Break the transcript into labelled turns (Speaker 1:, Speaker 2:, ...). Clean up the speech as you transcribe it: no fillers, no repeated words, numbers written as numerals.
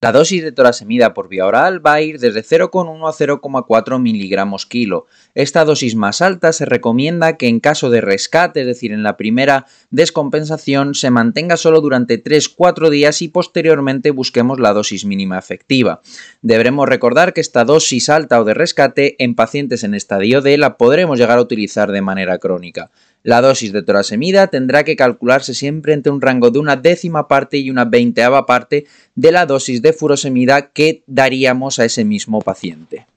Speaker 1: La dosis de torasemida por vía oral va a ir desde 0,1 a 0,4 miligramos kilo. Esta dosis más alta se recomienda que en caso de rescate, es decir, en la primera descompensación, se mantenga solo durante 3-4 días y posteriormente busquemos la dosis mínima efectiva. Deberemos recordar que esta dosis alta o de rescate en pacientes en estadio D la podremos llegar a utilizar de manera crónica. La dosis de torasemida tendrá que calcularse siempre entre un rango de una 1/10 parte y una 1/20 parte de la dosis de furosemida que daríamos a ese mismo paciente.